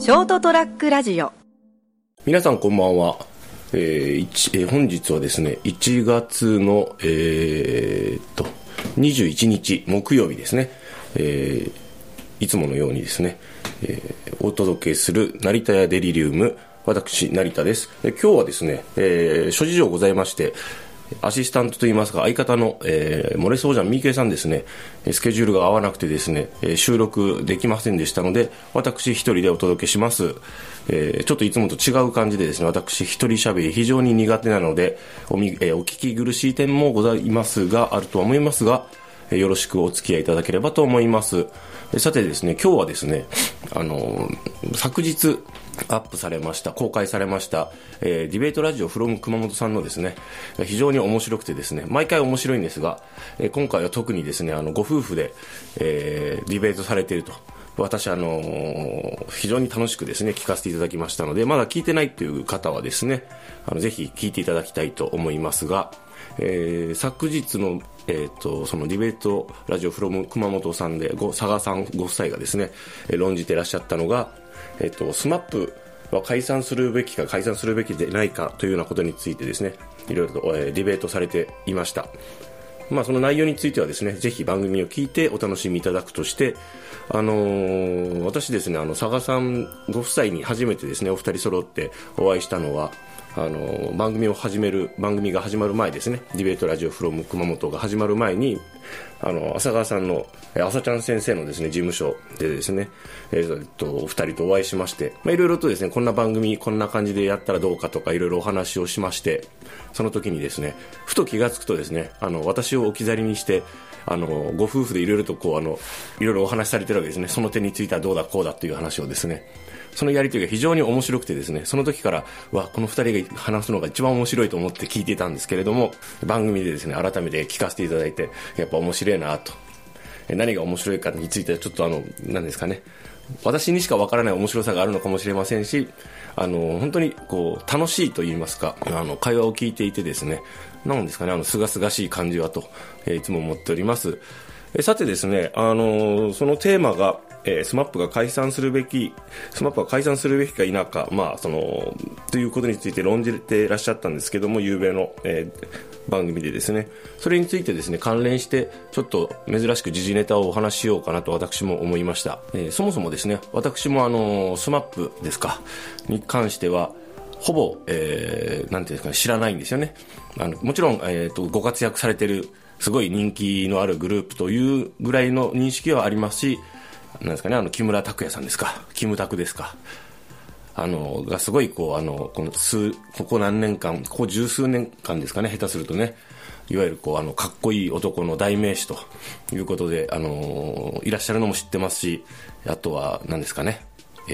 ショートトラックラジオ。 皆さんこんばんは。本日はですね、1月の、21日木曜日ですね、いつものようにですね、お届けする成田屋デリリウム、私成田です。今日はですね、諸事情ございまして、アシスタントといいますか相方の、漏れそうじゃん三池さんですね、スケジュールが合わなくてですね、収録できませんでしたので、私一人でお届けします。ちょっといつもと違う感じでですね、私一人喋り非常に苦手なのでお聞き苦しい点もございますが、あるとは思いますが、よろしくお付き合いいただければと思います。さてですね、今日はですね、昨日アップされました、公開されました、ディベートラジオ from 熊本さんのですね、非常に面白くてですね、毎回面白いんですが、今回は特にですね、ご夫婦で、ディベートされていると。私非常に楽しくですね聞かせていただきましたので、まだ聞いてないという方はですね、ぜひ聞いていただきたいと思いますが、昨日のそのディベートラジオ from 熊本さんで佐賀さんご夫妻がですね、論じていらっしゃったのが、スマップは解散するべきか解散するべきでないかというようなことについてですね、いろいろと、ディベートされていました。その内容についてはですね、ぜひ番組を聞いてお楽しみいただくとして、私ですね、佐賀さんご夫妻に初めてですね、お二人揃ってお会いしたのは、番組が始まる前ですね、ディベートラジオ from 熊本が始まる前に、浅川さんの朝ちゃん先生のですね事務所でですね、お二人とお会いしまして、いろいろとですね、こんな番組こんな感じでやったらどうかとかいろいろお話をしまして、その時にですね、ふと気がつくとですね、私を置き去りにしてご夫婦でいろいろといろいろお話しされてるわけですね。その点についてはどうだこうだという話をですね、そのやりとりが非常に面白くてですね、その時からこの二人が話すのが一番面白いと思って聞いていたんですけれども、番組でですね改めて聞かせていただいて、やっぱ面白いなと。何が面白いかについてはちょっと何ですかね、私にしかわからない面白さがあるのかもしれませんし、本当に楽しいと言いますか、会話を聞いていてですね、なんですかね、清々しい感じはと、いつも思っております。さてですね、そのテーマが、スマップが解散するべきか否か、ということについて論じていらっしゃったんですけども、夕べの、番組でですね、それについてですね、関連してちょっと珍しく時事ネタをお話ししようかなと私も思いました。そもそもですね、私もスマップですかに関してはほぼ、なんていうんですかね、知らないんですよね。もちろん、ご活躍されているすごい人気のあるグループというぐらいの認識はありますし、なんですかね、木村拓哉さんですか、キムタクですか、がすごいここ何年間、ここ十数年間ですかね、下手するとね、いわゆるかっこいい男の代名詞ということで、いらっしゃるのも知ってますし、あとは何ですかね、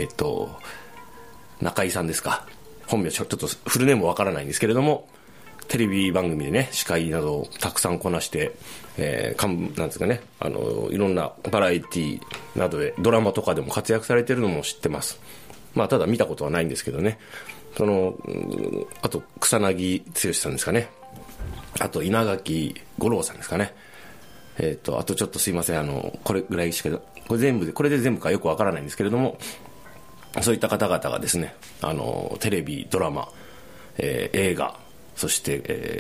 中井さんですか、本名ちょっとフルネームわからないんですけれども、テレビ番組でね、司会などをたくさんこなして、なんですかね、いろんなバラエティなどでドラマとかでも活躍されているのも知ってます。ただ見たことはないんですけどね。あと草薙剛さんですかね、あと稲垣吾郎さんですかね、あとちょっとすいません、これぐらいしかこれで全部かよくわからないんですけれども、そういった方々がですね、テレビ、ドラマ、映画、そして、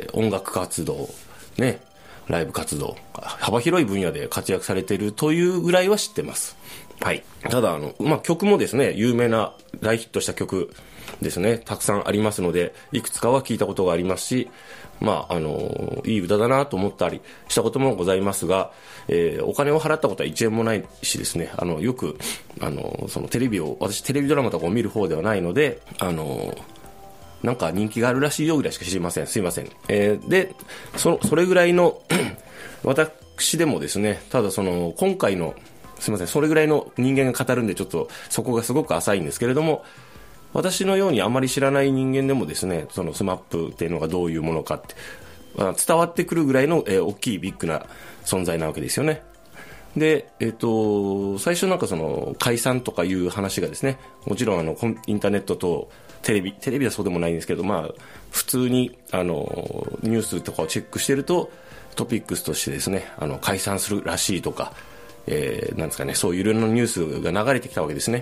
音楽活動ね、ライブ活動、幅広い分野で活躍されているというぐらいは知ってます。はい。ただ曲もですね、有名な大ヒットした曲ですね、たくさんありますので、いくつかは聞いたことがありますし、いい歌だなと思ったりしたこともございますが、お金を払ったことは1円もないしですね、よくその私テレビドラマとかを見る方ではないので、なんか人気があるらしいよぐらいしか知りません。すいません。で、それぐらいの私でもですね、ただ今回のすいません、それぐらいの人間が語るんでちょっとそこがすごく浅いんですけれども、私のようにあまり知らない人間でもですね、そのスマップっていうのがどういうものかって伝わってくるぐらいの、大きいビッグな存在なわけですよね。で、最初なんか解散とかいう話がですね、もちろんインターネットとテレビはそうでもないんですけど、普通にニュースとかをチェックしてるとトピックスとしてですね、解散するらしいとか、なんですかね、そういういろんなニュースが流れてきたわけですね。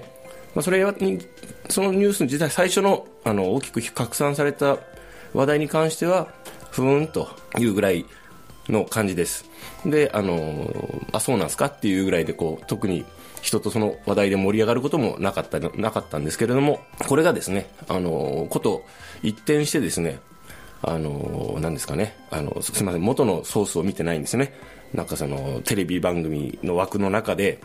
そのニュース自体最初の大きく拡散された話題に関してはふーんというぐらいの感じです。で、そうなんですかっていうぐらいで特に人とその話題で盛り上がることもなかったんですけれども、これがですね、こと一転してですね、何ですかね、すいません、元のソースを見てないんですね。なんかテレビ番組の枠の中で、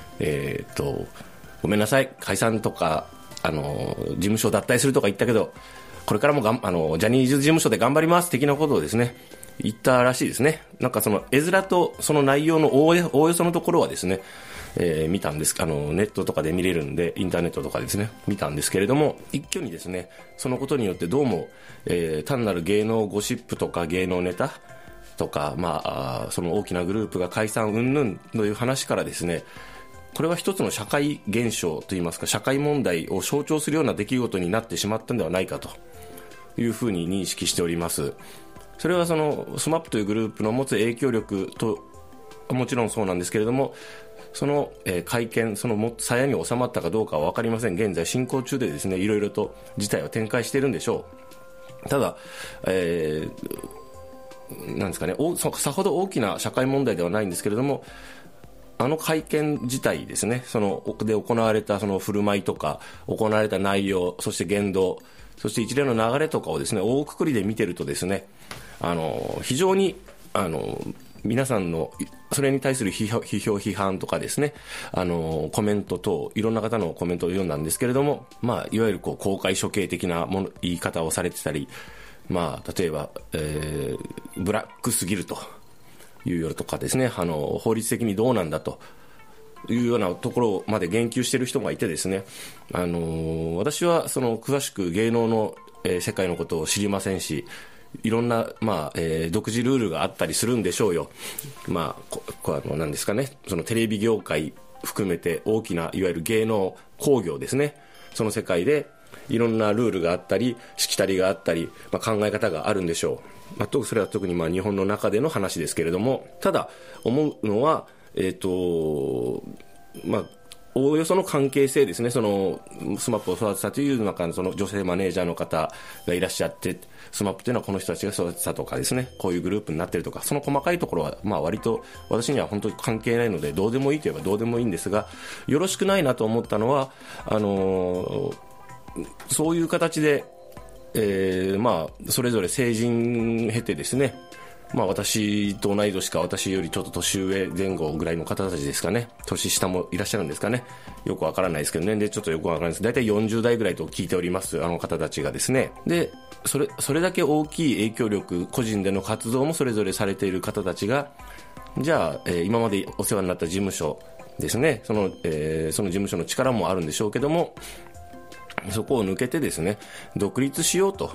ごめんなさい、解散とか、事務所脱退するとか言ったけど、これからもジャニーズ事務所で頑張ります的なことをですね、言ったらしいですね。なんか絵面とその内容のおおよそのところはですね、見たんです。ネットとかで見れるんで、インターネットとかですね、見たんですけれども、一挙にですね、そのことによってどうも、単なる芸能ゴシップとか芸能ネタとか、その大きなグループが解散云々という話からですね、これは一つの社会現象といいますか、社会問題を象徴するような出来事になってしまったんではないかというふうに認識しております。それはSMAP というグループの持つ影響力ともちろんそうなんですけれども、その、会見、その鞘に収まったかどうかは分かりません。現在進行中でですね、いろいろと事態を展開しているんでしょう。ただ、なんですかね、さほど大きな社会問題ではないんですけれども、会見自体ですね、で行われた振る舞いとか、行われた内容、そして言動、そして一連の流れとかをですね、大くくりで見てるとですね、非常に、皆さんのそれに対する批判とかですね、コメント等、いろんな方のコメントを読んだんですけれども、いわゆる公開処刑的な言い方をされてたり、例えば、ブラックすぎるというようとかですね、法律的にどうなんだというようなところまで言及している人がいてですね、私は詳しく芸能の、世界のことを知りませんし、いろんな、独自ルールがあったりするんでしょうよ。なんですかね、テレビ業界含めて大きないわゆる芸能興行ですね、その世界でいろんなルールがあったり、しきたりがあったり、考え方があるんでしょう。それは特に日本の中での話ですけれども、ただ思うのは、おおよその関係性ですね、SMAP を育てたという中の女性マネージャーの方がいらっしゃって、SMAP というのはこの人たちが育てたとかですね、こういうグループになっているとか、その細かいところは割と私には本当に関係ないので、どうでもいいといえばどうでもいいんですが、よろしくないなと思ったのは、そういう形で、それぞれ成人経てですね、私と同い年か私よりちょっと年上前後ぐらいの方たちですかね、年下もいらっしゃるんですかね、よくわからないですけど、年齢ちょっとよくわからないです。大体40代ぐらいと聞いております、方たちがですね。で、それだけ大きい影響力、個人での活動もそれぞれされている方たちが、じゃあ、今までお世話になった事務所ですね、その事務所の力もあるんでしょうけども、そこを抜けてですね、独立しようと。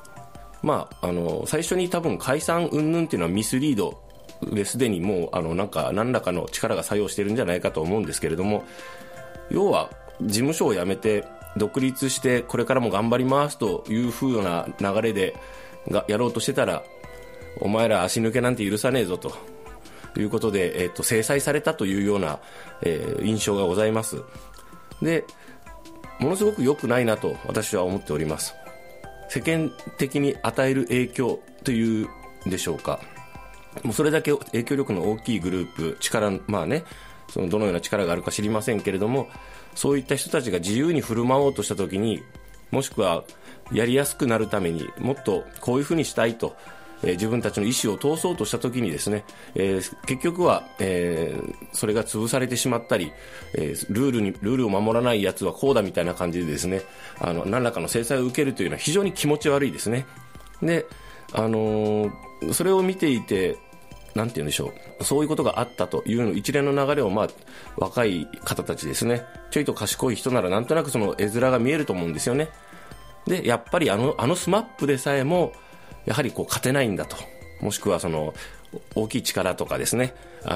最初に多分解散云々っていうのはミスリードですでにもう何らかの力が作用してるんじゃないかと思うんですけれども、要は事務所を辞めて独立してこれからも頑張りますという風な流れでやろうとしてたら、お前ら足抜けなんて許さねえぞということで、制裁されたというような、印象がございます。で、ものすごく良くないなと私は思っております。世間的に与える影響というんでしょうか、もうそれだけ影響力の大きいグループ、力、どのような力があるか知りませんけれども、そういった人たちが自由に振る舞おうとしたときに、もしくはやりやすくなるためにもっとこういうふうにしたいと、自分たちの意思を通そうとしたときにですね、結局は、それが潰されてしまったり、ルールを守らないやつはこうだみたいな感じでですね、何らかの制裁を受けるというのは非常に気持ち悪いですね。で、それを見ていて、なんて言うんでしょう、そういうことがあったという一連の流れを、若い方たちですね、ちょいと賢い人ならなんとなくその絵面が見えると思うんですよね。で、やっぱりSMAP でさえもやはり勝てないんだと、もしくは大きい力とかですね、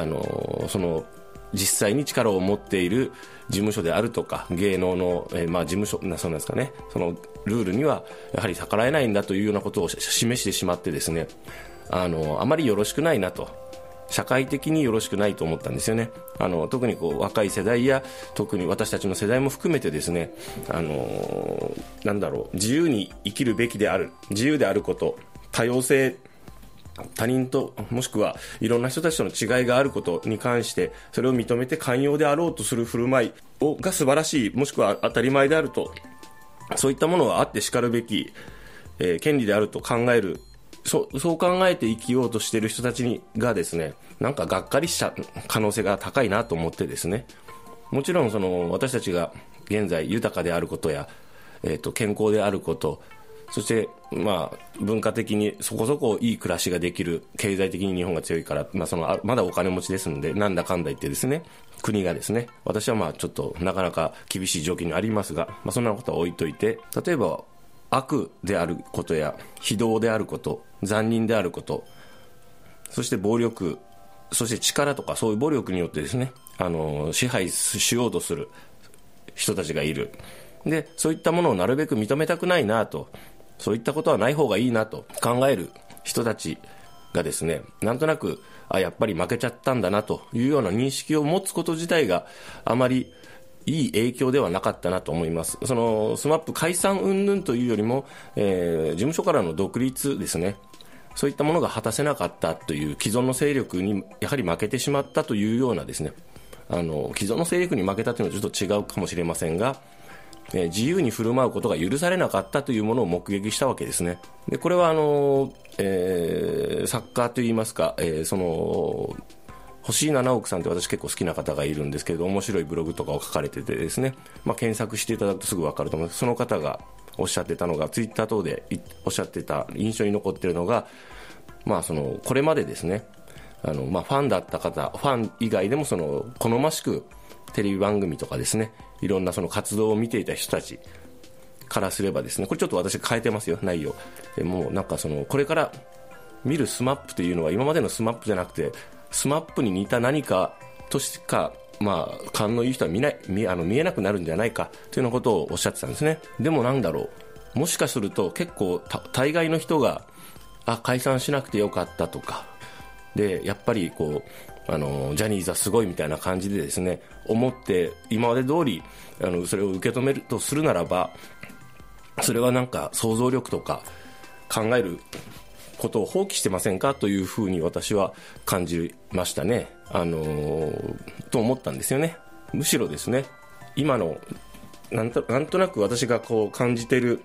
実際に力を持っている事務所であるとか芸能の、事務所そうなんですかね、そのルールにはやはり逆らえないんだというようなことを示してしまってですね、あまりよろしくないなと。 社会的によろしくないと思ったんですよね。特に若い世代や特に私たちの世代も含めてですね、自由に生きるべきである、自由であること、多様性、他人ともしくはいろんな人たちとの違いがあることに関してそれを認めて寛容であろうとする振る舞いが素晴らしい、もしくは当たり前であると、そういったものはあってしかるべき、権利であると考える、そう考えて生きようとしている人たちがですね、なんかがっかりした可能性が高いなと思ってですね、もちろん私たちが現在豊かであることや、健康であること、そして文化的にそこそこいい暮らしができる、経済的に日本が強いから、まだお金持ちですのでなんだかんだ言ってですね、国がですね、私はちょっとなかなか厳しい条件にありますが、そんなことは置いといて、例えば悪であることや非道であること、残忍であること、そして暴力、そして力とかそういう暴力によってですね、支配しようとする人たちがいる。で、そういったものをなるべく認めたくないなと、そういったことはない方がいいなと考える人たちがですね、なんとなくやっぱり負けちゃったんだなというような認識を持つこと自体があまりいい影響ではなかったなと思います。SMAP 解散云々というよりも、事務所からの独立ですね、そういったものが果たせなかったという既存の勢力にやはり負けてしまったというようなですね、既存の勢力に負けたというのはちょっと違うかもしれませんが、自由に振る舞うことが許されなかったというものを目撃したわけですね。でこれは作家といいますか、星井七億さんって私結構好きな方がいるんですけれど、面白いブログとかを書かれててですね、検索していただくとすぐ分かると思います。その方がおっしゃってたのが、ツイッター等でおっしゃってた印象に残っているのが、これまでですね、ファンだった方、ファン以外でも好ましくテレビ番組とかですね、いろんな活動を見ていた人たちからすればですね、これちょっと私変えてますよ、内容。もうこれから見る SMAP というのは今までの SMAP じゃなくて SMAP に似た何かとしか勘のいい人は見えなくなるんじゃないかというようなことをおっしゃってたんですね。でももしかすると結構大概の人が解散しなくてよかったとかで、やっぱりジャニーズはすごいみたいな感じでですね思って今まで通りそれを受け止めるとするならば、それは想像力とか考えることを放棄してませんかというふうに私は感じましたね。と思ったんですよね。むしろですね、今のなんとなく私が感じている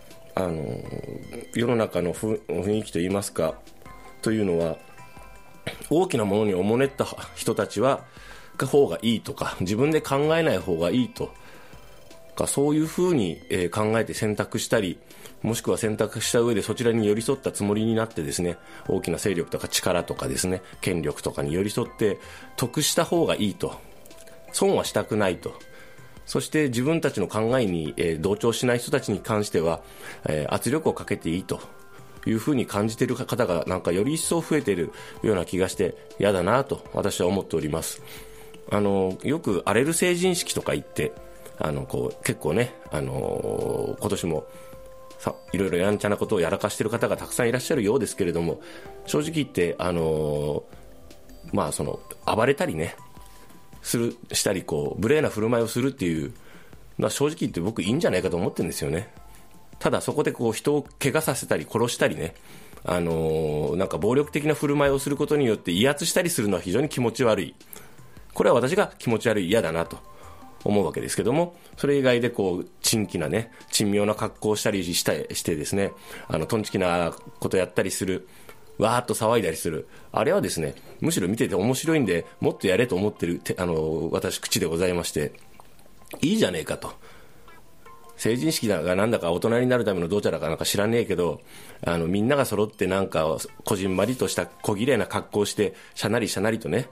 世の中の雰囲気といいますかというのは、大きなものにおもねった人たちが方がいいとか、自分で考えない方がいいとか、そういうふうに考えて選択したり、もしくは選択した上でそちらに寄り添ったつもりになってですね、大きな勢力とか力とかですね、権力とかに寄り添って得した方がいいと、損はしたくないと、そして自分たちの考えに同調しない人たちに関しては圧力をかけていいというふうに感じている方がより一層増えているような気がして嫌だなと私は思っております。よく荒れる成人式とか言って結構ね、今年もいろいろやんちゃなことをやらかしている方がたくさんいらっしゃるようですけれども、正直言って暴れたりねしたり無礼な振る舞いをするっていうのは正直言って僕いいんじゃないかと思ってるんですよね。ただそこで人を怪我させたり殺したりね、暴力的な振る舞いをすることによって威圧したりするのは非常に気持ち悪い。これは私が気持ち悪い、嫌だなと思うわけですけども、それ以外で珍奇なね、珍妙な格好をしたりしてですね、トンチキなことやったりする、わーっと騒いだりする、あれはですね、むしろ見てて面白いんでもっとやれと思ってる私口でございまして、いいじゃねえかと。成人式だかなんだか大人になるためのどうちゃらか知らねえけど、みんなが揃ってこじんまりとした小綺麗な格好をしてしゃなりしゃなりとね、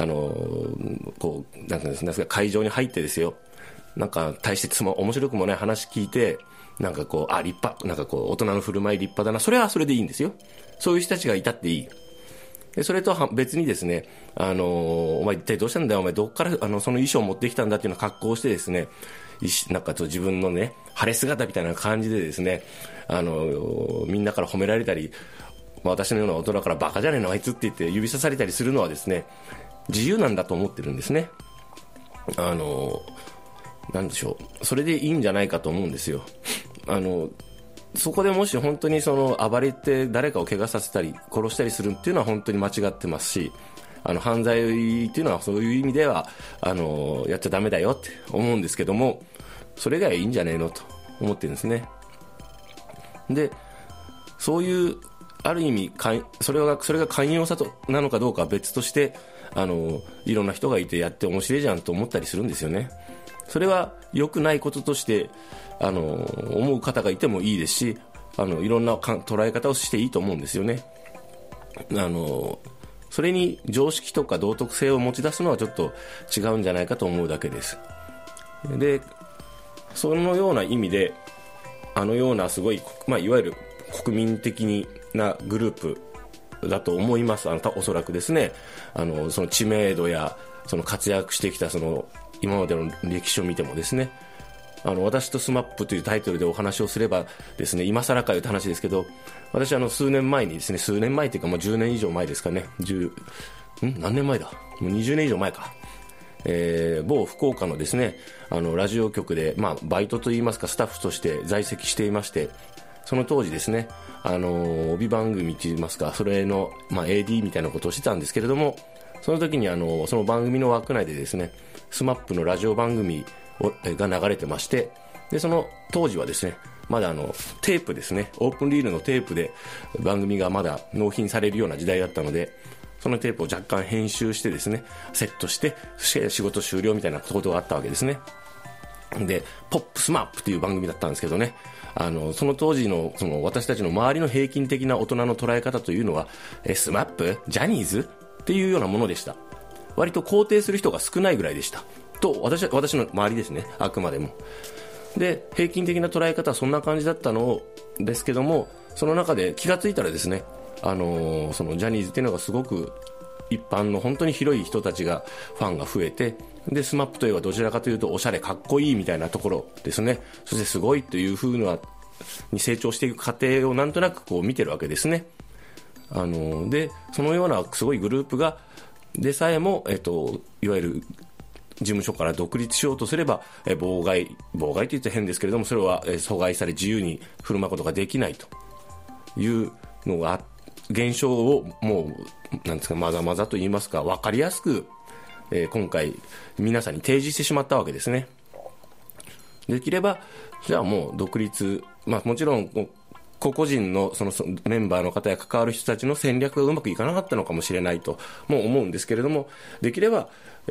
会場に入ってですよ、大して面白くもない話聞いて、立派、大人の振る舞い立派だな、それはそれでいいんですよ。そういう人たちがいたっていい。でそれとは別にですね、お前一体どうしたんだよ、お前どっからその衣装を持ってきたんだっていうような格好をしてですね、自分のね晴れ姿みたいな感じでですね、みんなから褒められたり、 私のような大人からバカじゃねえのあいつって言って指さされたりするのはですね、自由なんだと思ってるんですね。なんでしょう、それでいいんじゃないかと思うんですよ。そこでもし本当に暴れて誰かを怪我させたり殺したりするっていうのは本当に間違ってますし、犯罪っていうのはそういう意味ではやっちゃダメだよって思うんですけども、それがいいんじゃねえのと思ってるんですね。で、そういうある意味それが寛容さなのかどうかは別として、いろんな人がいてやって面白いじゃんと思ったりするんですよね。それは良くないこととして思う方がいてもいいですし、いろんな捉え方をしていいと思うんですよね。それに常識とか道徳性を持ち出すのはちょっと違うんじゃないかと思うだけです。で、そのような意味でようなすごい、いわゆる国民的なグループだと思います。おそらくですね、その知名度やその活躍してきた今までの歴史を見てもですね、私とSMAPというタイトルでお話をすればですね、今更かよって話ですけど、私数年前にですね、数年前というか10年以上前ですかね、何年前だ、もう20年以上前か、某福岡のですね、ラジオ局で、バイトといいますかスタッフとして在籍していまして、その当時ですね、帯番組といいますか、それの、AD みたいなことをしてたんですけれども、その時にその番組の枠内でですね、SMAP のラジオ番組が流れてまして、でその当時はですね、まだテープですね、オープンリールのテープで番組がまだ納品されるような時代だったので、そのテープを若干編集してですね、セットして仕事終了みたいなことがあったわけですね。でポップSMAPという番組だったんですけどね、その当時の私たちの周りの平均的な大人の捉え方というのは、SMAP？ ジャニーズ？っていうようなものでした。割と肯定する人が少ないぐらいでしたと、私の周りですね、あくまでも。で、平均的な捉え方はそんな感じだったのですけども、その中で気がついたらですね、そのジャニーズっていうのがすごく一般の本当に広い人たちがファンが増えて、でSMAPといえばどちらかというとおしゃれかっこいいみたいなところですね。そしてすごいという風に成長していく過程をなんとなく見てるわけですね。でそのようなすごいグループがでさえも、いわゆる事務所から独立しようとすれば、妨害と言って変ですけれども、それは、阻害され自由に振る舞うことができないというのが現象をもうなんですか、まざまざと言いますか、分かりやすく、今回皆さんに提示してしまったわけですね。できればじゃあもう独立、もちろん個々人のそのメンバーの方や関わる人たちの戦略がうまくいかなかったのかもしれないとも思うんですけれども、できれば、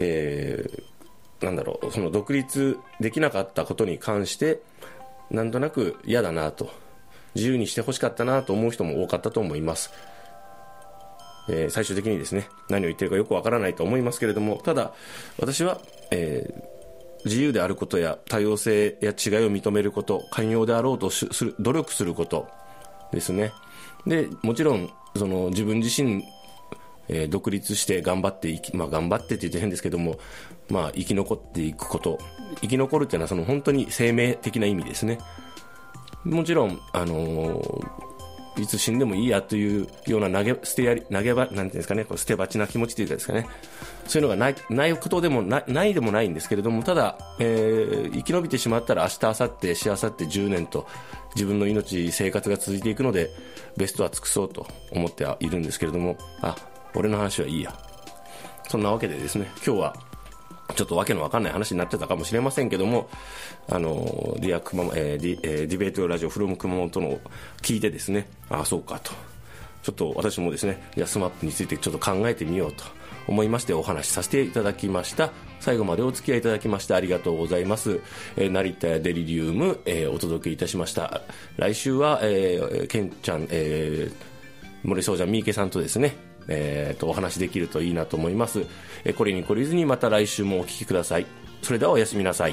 その独立できなかったことに関してなんとなく嫌だなと、自由にしてほしかったなと思う人も多かったと思います。最終的にですね、何を言ってるかよくわからないと思いますけれども、ただ私は、自由であることや多様性や違いを認めること、寛容であろうと努力することですね。でもちろん自分自身、独立して頑張って頑張ってって言って変ですけども、生き残っていくこと、生き残るっていうのは本当に生命的な意味ですね。もちろんいつ死んでもいいやというようななんていうんですかね、捨て鉢な気持ちというかですかね、そういうのがないことでもないでもないんですけれども、ただ、生き延びてしまったら明日明後日しあさって10年と自分の命生活が続いていくので、ベストは尽くそうと思ってはいるんですけれども、俺の話はいいや。そんなわけでですね、今日はちょっとわけのわかんない話になってたかもしれませんけども、ディベートラジオフロム熊本の聞いてですね、そうかと、ちょっと私もですね、SMAPについてちょっと考えてみようと思いましてお話しさせていただきました。最後までお付き合いいただきましてありがとうございます。成田やデリリウム、お届けいたしました。来週は、ケンちゃん、森総者三池さんとですね、お話できるといいなと思います。これに懲りずにまた来週もお聞きください。それではおやすみなさい。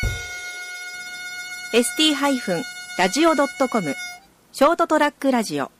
ST-radio.com ショートトラックラジオ